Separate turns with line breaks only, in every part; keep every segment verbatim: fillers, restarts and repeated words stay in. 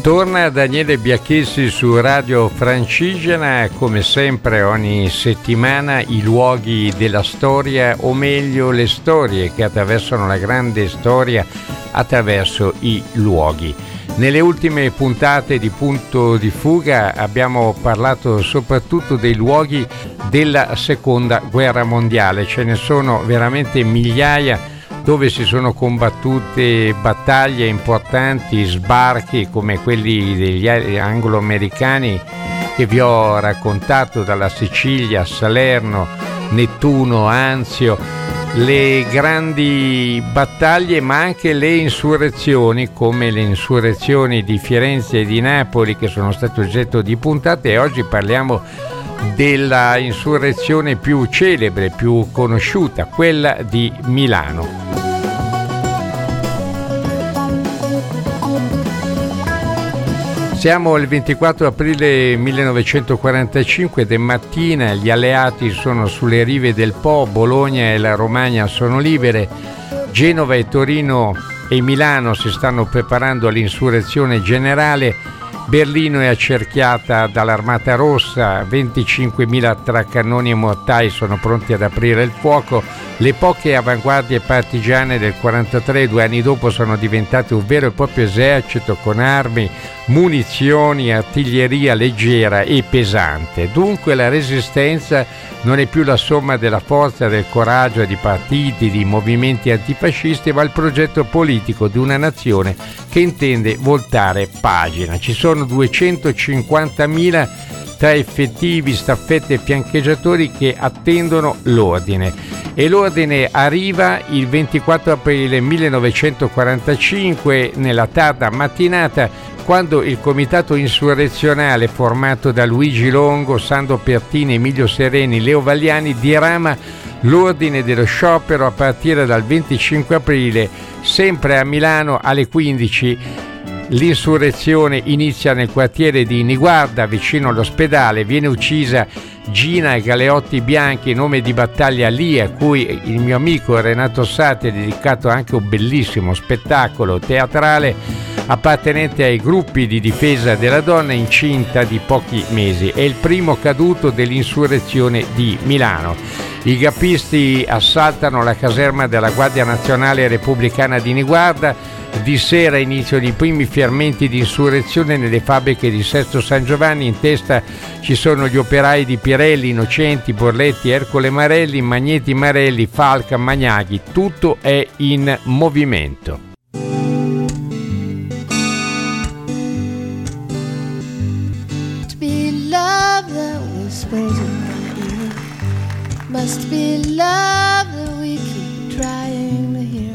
Torna Daniele Biacchessi su Radio Francigena, come sempre ogni settimana i luoghi della storia, o meglio le storie che attraversano la grande storia attraverso i luoghi. Nelle ultime puntate di Punto di Fuga abbiamo parlato soprattutto dei luoghi della Seconda Guerra Mondiale, ce ne sono veramente migliaia dove si sono combattute battaglie importanti, sbarchi come quelli degli anglo-americani che vi ho raccontato, dalla Sicilia a Salerno, Nettuno, Anzio, le grandi battaglie ma anche le insurrezioni come le insurrezioni di Firenze e di Napoli che sono state oggetto di puntate, e oggi parliamo della insurrezione più celebre, più conosciuta, quella di Milano. Siamo il ventiquattro aprile millenovecentoquarantacinque ed è mattina, gli alleati sono sulle rive del Po, Bologna e la Romagna sono libere, Genova e Torino e Milano si stanno preparando all'insurrezione generale, Berlino è accerchiata dall'Armata Rossa, venticinquemila tra cannoni e mortai sono pronti ad aprire il fuoco. Le poche avanguardie partigiane del quarantatré, due anni dopo, sono diventate un vero e proprio esercito con armi, munizioni, artiglieria leggera e pesante. Dunque la resistenza non è più la somma della forza, del coraggio di partiti, di movimenti antifascisti, ma il progetto politico di una nazione che intende voltare pagina. Ci sono duecentocinquantamila tra effettivi, staffette e fiancheggiatori che attendono l'ordine, e l'ordine arriva il ventiquattro aprile millenovecentoquarantacinque nella tarda mattinata, quando il comitato insurrezionale formato da Luigi Longo, Sandro Pertini, Emilio Sereni, Leo Vagliani dirama l'ordine dello sciopero a partire dal venticinque aprile, sempre a Milano alle quindici. L'insurrezione inizia nel quartiere di Niguarda, vicino all'ospedale. Viene uccisa Gina Galeotti Bianchi, nome di battaglia lì, a cui il mio amico Renato Sati ha dedicato anche un bellissimo spettacolo teatrale, appartenente ai gruppi di difesa della donna, incinta di pochi mesi. È il primo caduto dell'insurrezione di Milano. I gappisti assaltano la caserma della Guardia Nazionale Repubblicana di Niguarda. Di sera inizio di primi fermenti di insurrezione nelle fabbriche di Sesto San Giovanni. In testa ci sono gli operai di Pirelli, Innocenti, Borletti, Ercole Marelli, Magneti Marelli, Falca, Magnaghi. Tutto è in movimento.
Must be love that we keep trying to hear.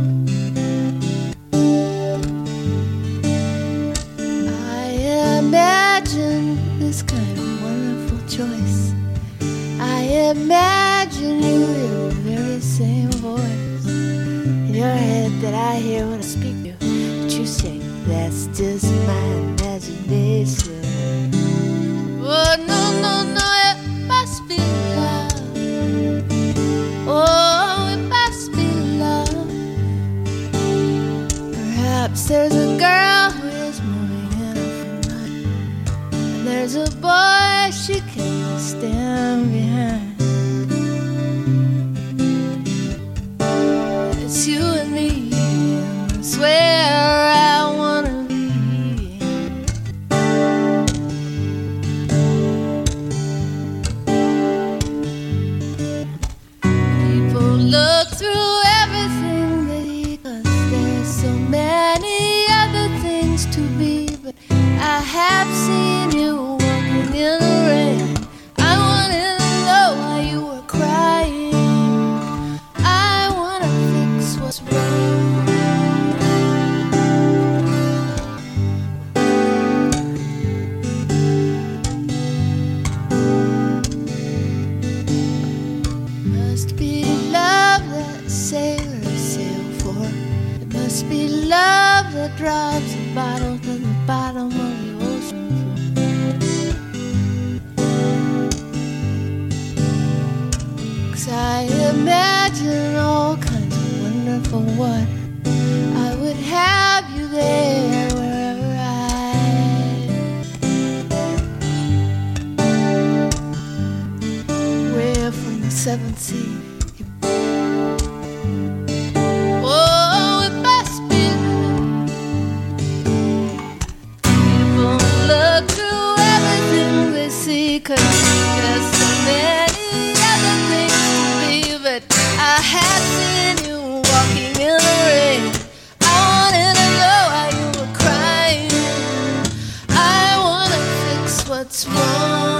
I imagine this kind of wonderful choice. I imagine you in the very same voice in your head that I hear when I speak to you. But you say that's just my imagination. Oh no, no, no, it must be love. Oh, it must be love. Perhaps there's a girl who is moving in her mind, and there's a boy she can't stand behind. It's you and me, and I swear I wanna be. Look through everything that he does. There's so many other things to be, but I have seen you walking in the rain. I wanted to know why you were crying. I wanna fix what's wrong. Must be sailors sail for. It must be love that drops a bottle to the bottom of the ocean floor. 'Cause I imagine all kinds of wonderful what I would have you there wherever I seventh sea. Oh, it must be people look through everything they see, 'cause there's so many other things to be, but I had seen you walking in the rain. I wanted to know why you were crying. I wanna fix what's wrong.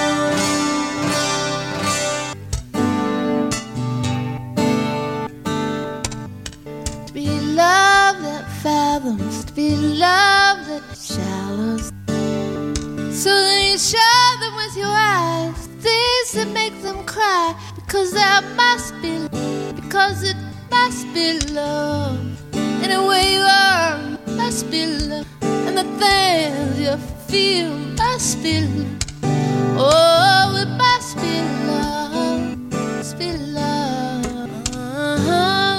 To be love that fathoms, to be love that shallows, so then you show them with your eyes things that make them cry, because there must be, because it must be love. In a way you are, must be love. And the things you feel must be love. Oh, it must be love, must be love. Uh-huh.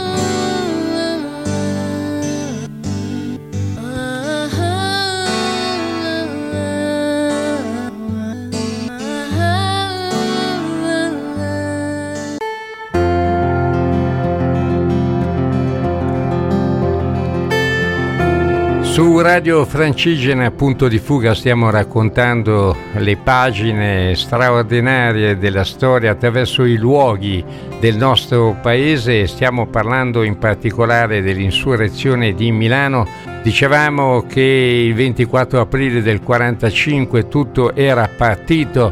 Su Radio Francigena, Punto di Fuga, stiamo raccontando le pagine straordinarie della storia attraverso i luoghi del nostro paese. Stiamo parlando in particolare dell'insurrezione di Milano. Dicevamo che il ventiquattro aprile del quarantacinque tutto era partito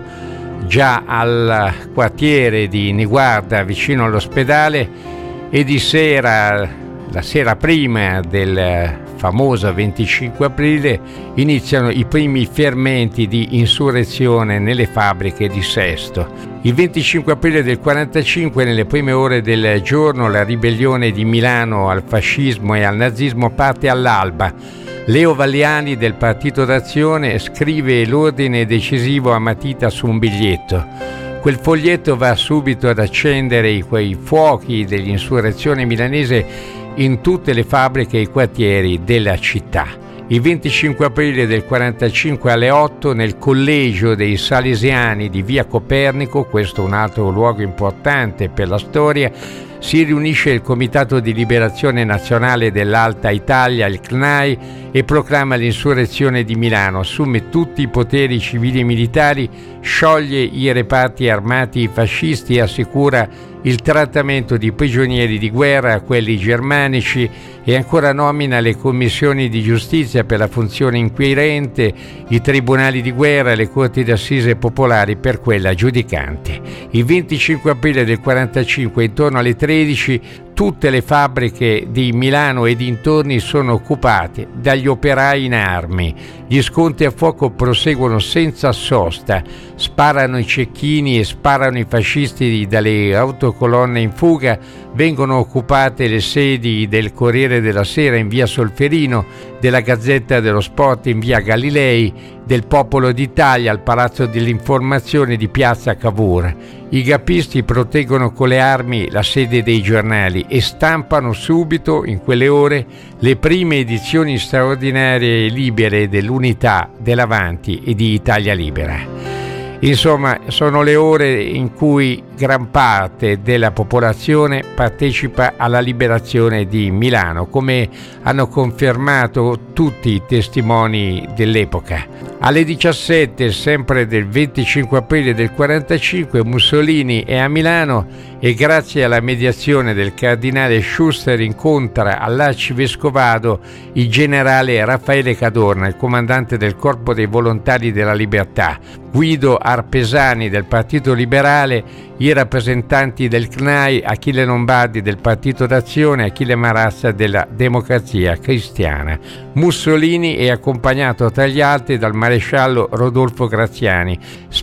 già al quartiere di Niguarda, vicino all'ospedale, e di sera, la sera prima del famosa venticinque aprile, iniziano i primi fermenti di insurrezione nelle fabbriche di Sesto. Il venticinque aprile del quarantacinque, nelle prime ore del giorno, la ribellione di Milano al fascismo e al nazismo parte all'alba. Leo Valliani del Partito d'Azione scrive l'ordine decisivo a matita su un biglietto. Quel foglietto va subito ad accendere quei fuochi dell'insurrezione milanese in tutte le fabbriche e i quartieri della città. Il venticinque aprile del quarantacinque alle otto, nel collegio dei Salesiani di Via Copernico, questo è un altro luogo importante per la storia, si riunisce il Comitato di Liberazione Nazionale dell'Alta Italia, il C N A I, e proclama l'insurrezione di Milano, assume tutti i poteri civili e militari, scioglie i reparti armati fascisti e assicura il trattamento di prigionieri di guerra a quelli germanici, e ancora nomina le commissioni di giustizia per la funzione inquirente, i tribunali di guerra e le corti d'assise popolari per quella giudicante. Il venticinque aprile del quarantacinque, intorno alle tredici, tutte le fabbriche di Milano e dintorni sono occupate dagli operai in armi. Gli scontri a fuoco proseguono senza sosta, sparano i cecchini e sparano i fascisti dalle autocolonne in fuga, vengono occupate le sedi del Corriere della Sera in via Solferino, della Gazzetta dello Sport in via Galilei, del Popolo d'Italia al Palazzo dell'Informazione di piazza Cavour. I gappisti proteggono con le armi la sede dei giornali e stampano subito, in quelle ore, le prime edizioni straordinarie e libere dell'Unità, dell'Avanti e di Italia Libera. Insomma, sono le ore in cui gran parte della popolazione partecipa alla liberazione di Milano, come hanno confermato tutti i testimoni dell'epoca. Alle diciassette, sempre del venticinque aprile del quarantacinque, Mussolini è a Milano e grazie alla mediazione del cardinale Schuster incontra all'arcivescovado il generale Raffaele Cadorna, il comandante del Corpo dei Volontari della Libertà, Guido Arpesani del Partito Liberale, i rappresentanti del C N A I, Achille Lombardi del Partito d'Azione, Achille Marazza della Democrazia Cristiana. Mussolini è accompagnato tra gli altri dal maresciallo Rodolfo Graziani.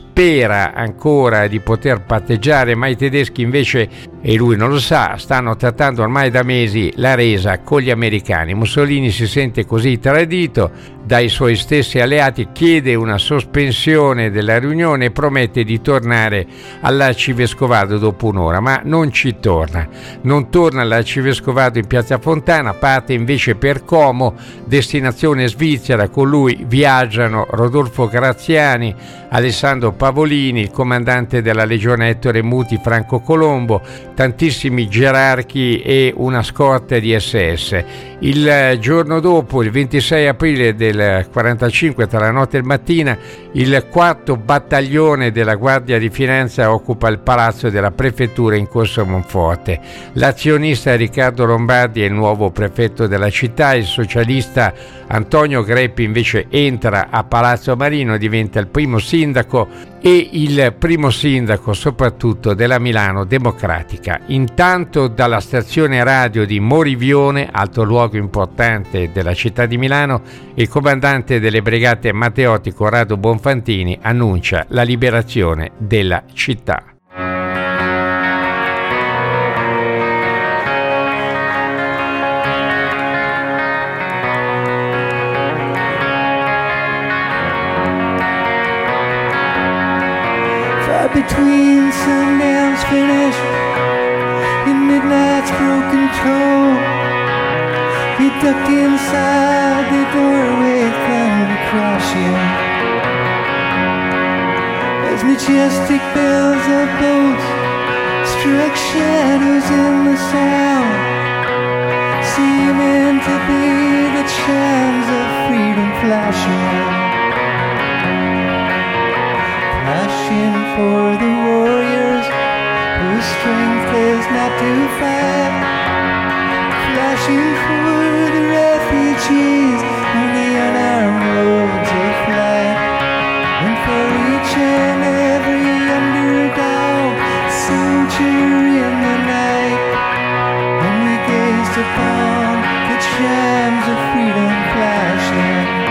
Spera ancora di poter patteggiare, ma i tedeschi invece, e lui non lo sa, stanno trattando ormai da mesi la resa con gli americani. Mussolini si sente così tradito dai suoi stessi alleati, chiede una sospensione della riunione e promette di tornare all'arcivescovado dopo un'ora, ma non ci torna. Non torna all'arcivescovado in piazza Fontana, parte invece per Como, destinazione Svizzera. Con lui viaggiano Rodolfo Graziani, Alessandro Paolini Pavolini, il comandante della Legione Ettore Muti Franco Colombo, tantissimi gerarchi e una scorta di S S. Il giorno dopo, il ventisei aprile del quarantacinque, tra la notte e il mattina, il quarto battaglione della Guardia di Finanza occupa il palazzo della prefettura in Corso Monforte. L'azionista Riccardo Lombardi è il nuovo prefetto della città, il socialista Antonio Greppi invece entra a Palazzo Marino, diventa il primo sindaco e il primo sindaco soprattutto della Milano democratica. Intanto dalla stazione radio di Morivione, alto luogo importante della città di Milano, il comandante delle brigate Matteotti Corrado Bonfantini annuncia la liberazione della città.
Between sundown's finish and midnight's broken toll, he ducked inside the doorway, thunder crashing as majestic bells of boats struck shadows in the sound, seeming to be the chimes of freedom flashing. Flashing for the warriors whose strength is not to fight, flashing for the refugees on the unarmed roads of flight, and for each and every underdog soldier in the night. When we gazed upon the chimes of freedom flashing,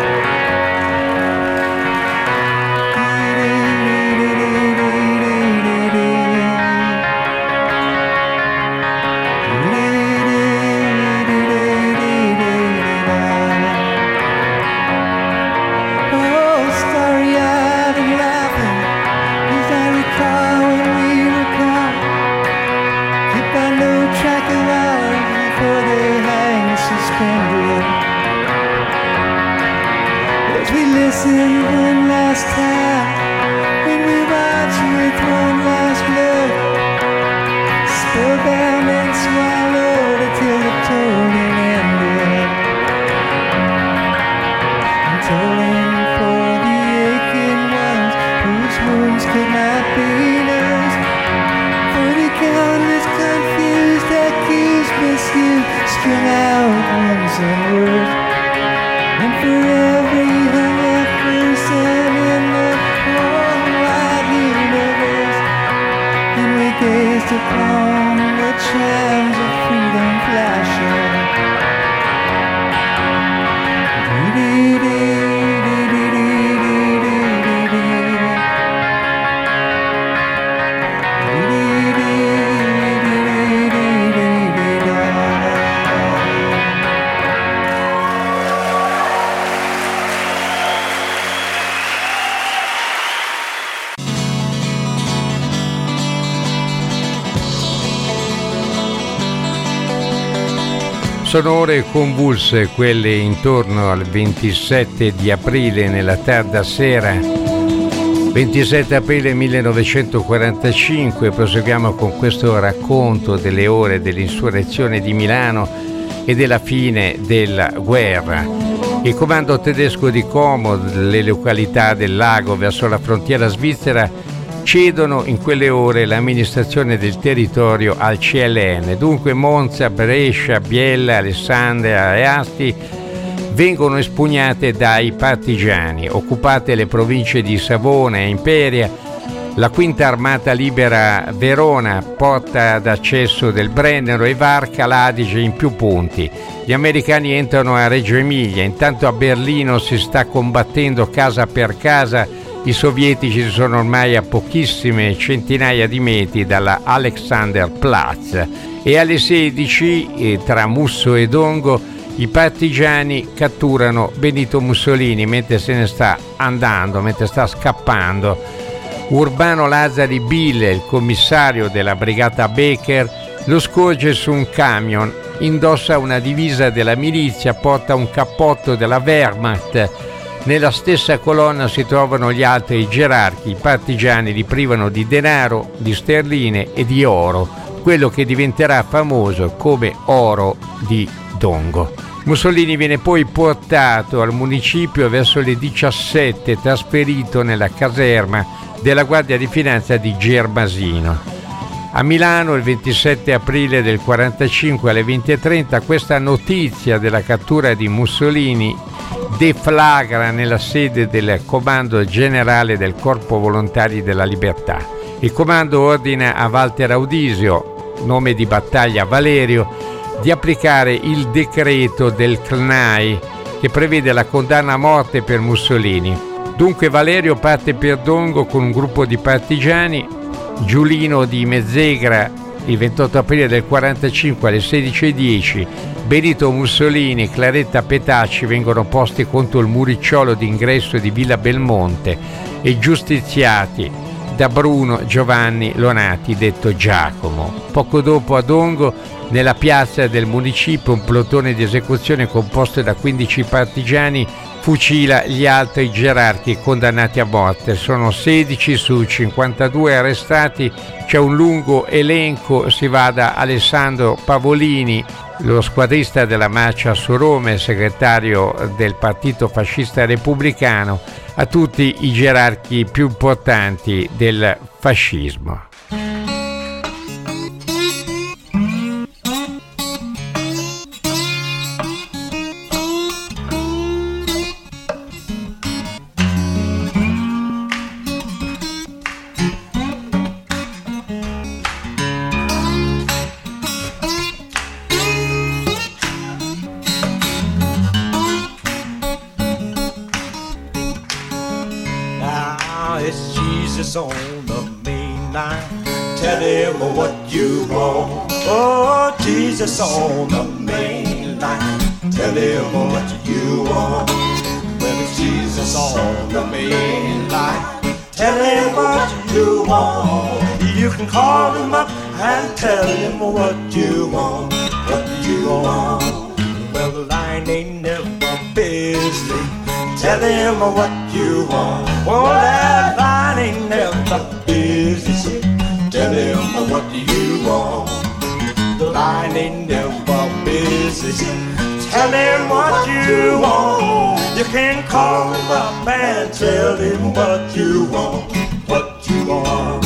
listen one last time, when we watch with one last look, spellbound and swallowed until the tolling ended, and tolling for the aching ones whose wounds could not be nursed, for the countless confused, accused, misused, strung out ones and words, and for every person in the whole wide universe. And we gazed upon the chimes of freedom flashing.
Sono ore convulse quelle intorno al ventisette di aprile nella tarda sera. ventisette aprile millenovecentoquarantacinque, proseguiamo con questo racconto delle ore dell'insurrezione di Milano e della fine della guerra. Il comando tedesco di Como, le località del lago verso la frontiera svizzera, cedono in quelle ore l'amministrazione del territorio al C L N. Dunque Monza, Brescia, Biella, Alessandria e Asti vengono espugnate dai partigiani. Occupate le province di Savona e Imperia, la quinta armata libera Verona, porta d'accesso del Brennero, e varca l'Adige in più punti. Gli americani entrano a Reggio Emilia, intanto a Berlino si sta combattendo casa per casa. I sovietici sono ormai a pochissime centinaia di metri dalla Alexanderplatz, e alle sedici, eh, tra Musso e Dongo, i partigiani catturano Benito Mussolini mentre se ne sta andando, mentre sta scappando. Urbano Lazzari Bille, il commissario della brigata Becker, lo scorge su un camion, indossa una divisa della milizia, porta un cappotto della Wehrmacht. Nella stessa colonna si trovano gli altri gerarchi. I partigiani li privano di denaro, di sterline e di oro, quello che diventerà famoso come oro di Dongo. Mussolini viene poi portato al municipio verso le diciassette, trasferito nella caserma della Guardia di Finanza di Germasino. A Milano il ventisette aprile del quarantacinque alle venti e trenta questa notizia della cattura di Mussolini deflagra nella sede del Comando Generale del Corpo Volontari della Libertà. Il comando ordina a Walter Audisio, nome di battaglia Valerio, di applicare il decreto del C N A I che prevede la condanna a morte per Mussolini. Dunque Valerio parte per Dongo con un gruppo di partigiani. Giulino di Mezzegra il ventotto aprile del quarantacinque alle sedici e dieci, Benito Mussolini e Claretta Petacci vengono posti contro il muricciolo d'ingresso di Villa Belmonte e giustiziati da Bruno Giovanni Lonati, detto Giacomo. Poco dopo a Dongo, nella piazza del municipio, un plotone di esecuzione composto da quindici partigiani fucila gli altri gerarchi condannati a morte. Sono sedici su cinquantadue arrestati. C'è un lungo elenco, si va da Alessandro Pavolini, lo squadrista della marcia su Roma, segretario del Partito Fascista Repubblicano, a tutti i gerarchi più importanti del fascismo.
On the main line, tell him what you want. Oh, Jesus on the main line, tell him what you want. Well, it's Jesus on the main line, tell him what you want. You can call him up and tell him what you want, what you want. Well, the line ain't never busy, tell him what you want. Oh, that line ain't never busy, tell him what you want. The line ain't never busy, tell him what you want. You can call him up and tell him what you want, what you want.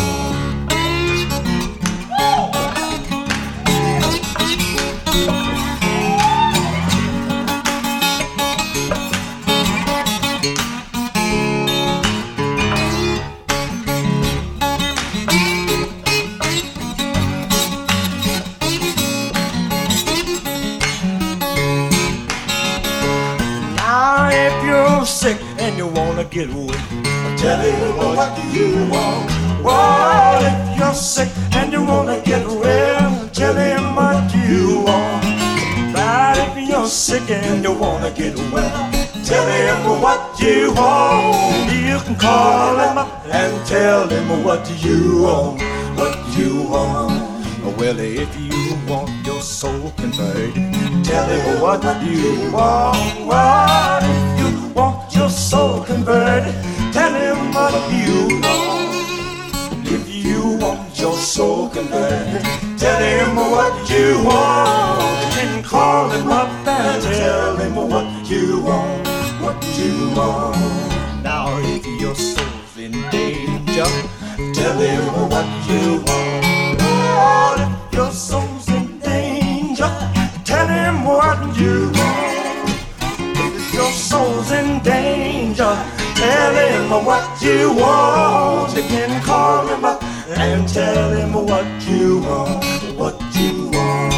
Sick and you wanna get away, tell him what do you want. Well, if you're sick and you wanna get well, tell him what you want. But if you're sick and you wanna get well, tell him what you want. You can call him up and tell him what you want, what you want. Well, if you want your soul converted, tell him what you want. What if you want your soul converted, tell him what you want. If you want your soul converted, tell him what you want. And call him up and tell him what you want, what you want. Now if your soul's in danger, tell him what you want. Lord, if your soul's in danger, tell him what you want. If your soul's in danger, tell him what you want. You can call him up and tell him what you want, what you want.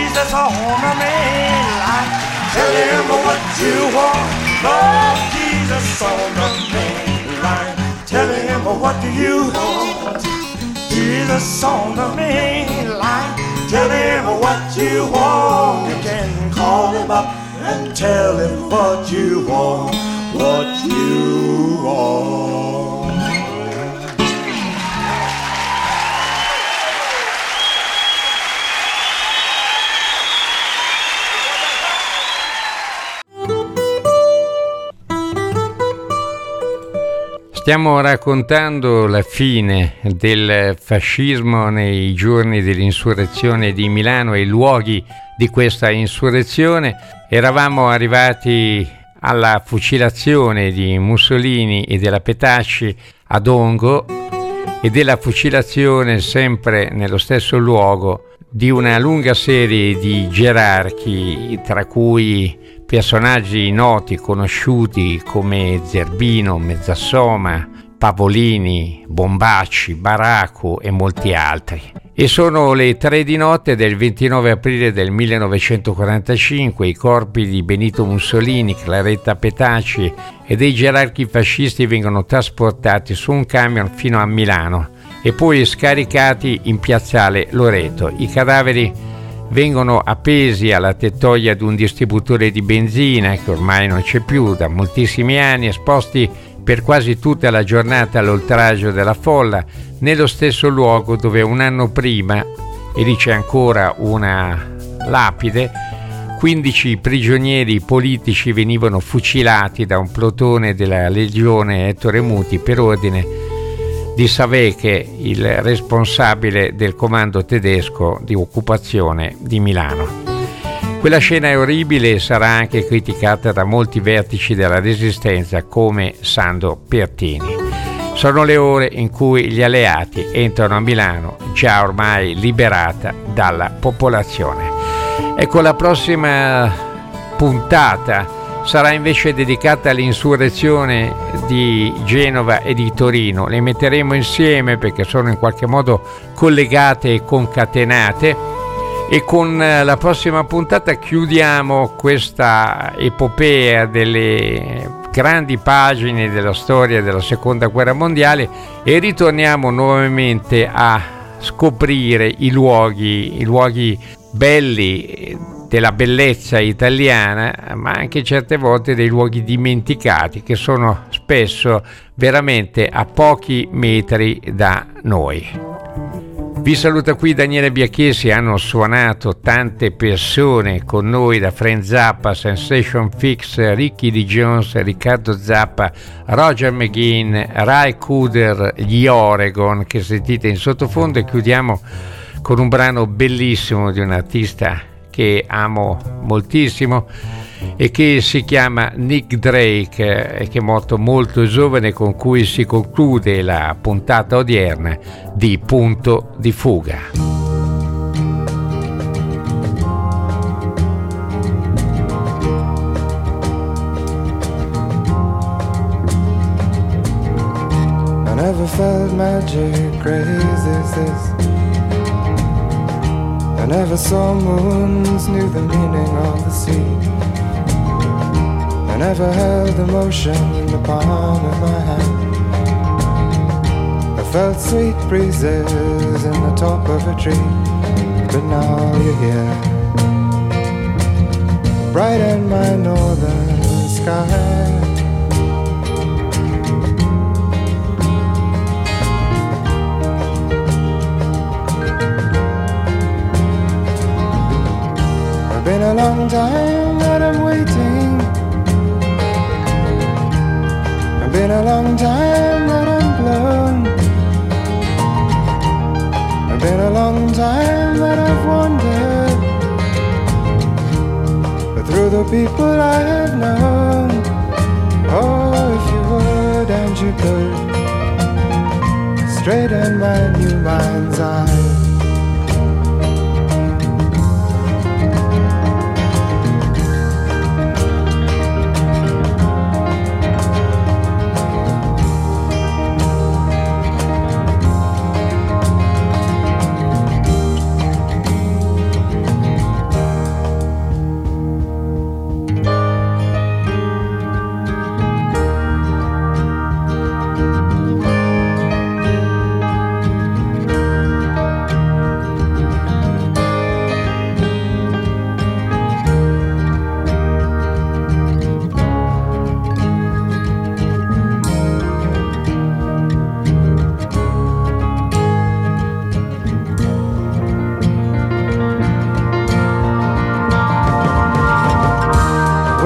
Jesus on the main line. Tell him what you want, Lord Jesus on the main line. Tell him what you want, Jesus on the main line. Tell him what you want. You can call him up and tell him what you want, what you want.
Stiamo raccontando la fine del fascismo nei giorni dell'insurrezione di Milano e i luoghi di questa insurrezione. Eravamo arrivati alla fucilazione di Mussolini e della Petacci a Dongo e della fucilazione, sempre nello stesso luogo, di una lunga serie di gerarchi, tra cui personaggi noti, conosciuti come Zerbino, Mezzassoma, Pavolini, Bombacci, Baracco e molti altri. E sono le tre di notte del ventinove aprile del millenovecentoquarantacinque, i corpi di Benito Mussolini, Claretta Petacci e dei gerarchi fascisti vengono trasportati su un camion fino a Milano e poi scaricati in piazzale Loreto. I cadaveri vengono appesi alla tettoia di un distributore di benzina che ormai non c'è più da moltissimi anni, esposti per quasi tutta la giornata all'oltraggio della folla, nello stesso luogo dove un anno prima, e lì c'è ancora una lapide, quindici prigionieri politici venivano fucilati da un plotone della legione Ettore Muti per ordine di Savecke, il responsabile del comando tedesco di occupazione di Milano. Quella scena è orribile e sarà anche criticata da molti vertici della Resistenza come Sandro Pertini. Sono le ore in cui gli alleati entrano a Milano, già ormai liberata dalla popolazione. Ecco, la prossima puntata sarà invece dedicata all'insurrezione di Genova e di Torino. Le metteremo insieme perché sono in qualche modo collegate e concatenate, e con la prossima puntata chiudiamo questa epopea delle grandi pagine della storia della Seconda Guerra Mondiale e ritorniamo nuovamente a scoprire i luoghi, i luoghi belli della bellezza italiana, ma anche certe volte dei luoghi dimenticati che sono spesso veramente a pochi metri da noi. Vi saluta qui Daniele Biacchesi. Hanno suonato tante persone con noi, da Frank Zappa, Sensation Fix, Ricky Lee Jones, Riccardo Zappa, Roger McGuinn, Ray Cooder, gli Oregon che sentite in sottofondo, e chiudiamo con un brano bellissimo di un artista che amo moltissimo e che si chiama Nick Drake e che è morto molto giovane, con cui si conclude la puntata odierna di Punto di Fuga.
I never felt magic crazy as this. I never saw moons, knew the meaning of the sea. I never held emotion in the palm of my hand. I felt sweet breezes in the top of a tree, but now you're here, bright in my northern sky. Been a long time that I'm waiting. It's been a long time that I'm blown. It's been a long time that I've wandered, but through the people I have known. Oh, if you would and you could straighten my new mind's eye.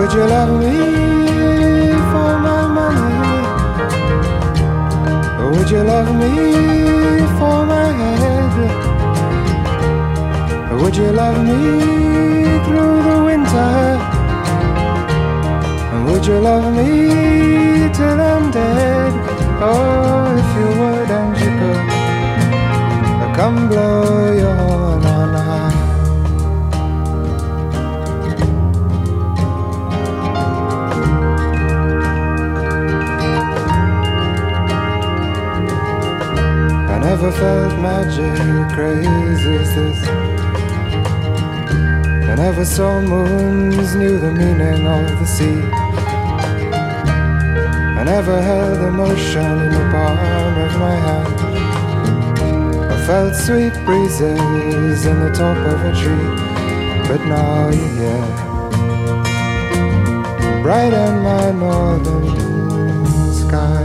Would you love me for my money? Would you love me for my head? Would you love me through the winter? Would you love me till I'm dead? Oh, if you would and you could, come blow your horn on high. I never felt magic crazy as this. I never saw moons, knew the meaning of the sea. I never held emotion in the palm of my hand. I felt sweet breezes in the top of a tree. But now you're here, bright in my northern sky.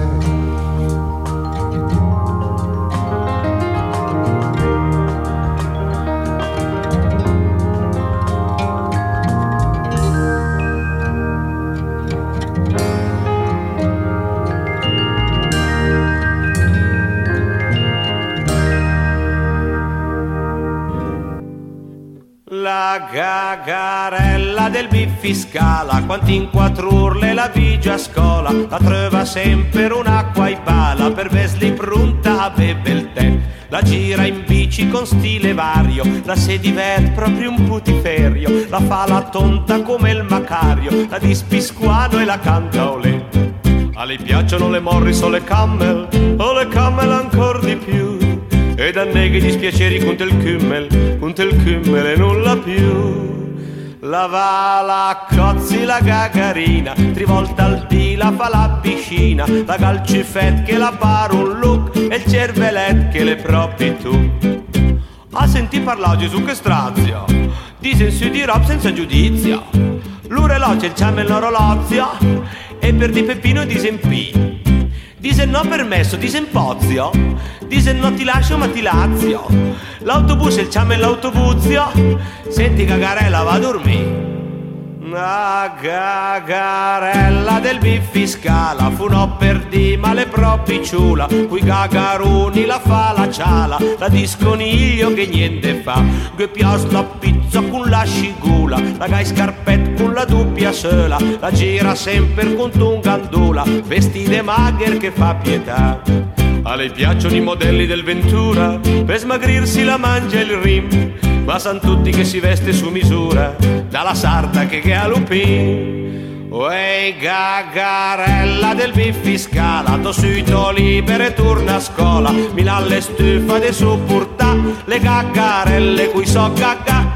La gagarella del biffiscala, quanti in quattro urle la vigia a scuola, la trova sempre un'acqua e pala, per vesli pronta a bere il tè. La gira in bici con stile vario, la si diverte proprio un putiferio, la fa la tonta come il Macario, la dispisquano e la canta olè. A lei piacciono le Morris o le Camel, o le Camel ancor di più. E da neghi dispiaceri conta il Kümmel, conta il Kümmel e nulla più. La va, la cozzi, la gagarina, trivolta al dì, la fa la piscina, la calcifet che la para un look e il cervellet che le propi tu. Ah, senti parlare Gesù che strazia, dice su di rob senza giudizio, l'urelogio il ciame l'orolozio, e per di Peppino disempì. Dice no permesso, dice impozio, dice no ti lascio ma ti lazio, l'autobus e il ciame l'autobuzio, senti cagarella va a dormire. La gagarella del biffiscala, fu no per di ma le proprie ciula, qui gagaruni la fa la ciala, la disconiglio che niente fa, che piace la pizza con la scigula, la gai scarpet con la doppia sola, la gira sempre con un gandula, vestite magher che fa pietà. A lei piacciono i modelli del Ventura, per smagrirsi la mangia il rim, ma san tutti che si veste su misura, dalla sarda che che a lupin. Uè gagarella del biffiscala, to suito libere torna a scuola, Milan le stufa de sopportà, le gagarelle cui so gaga,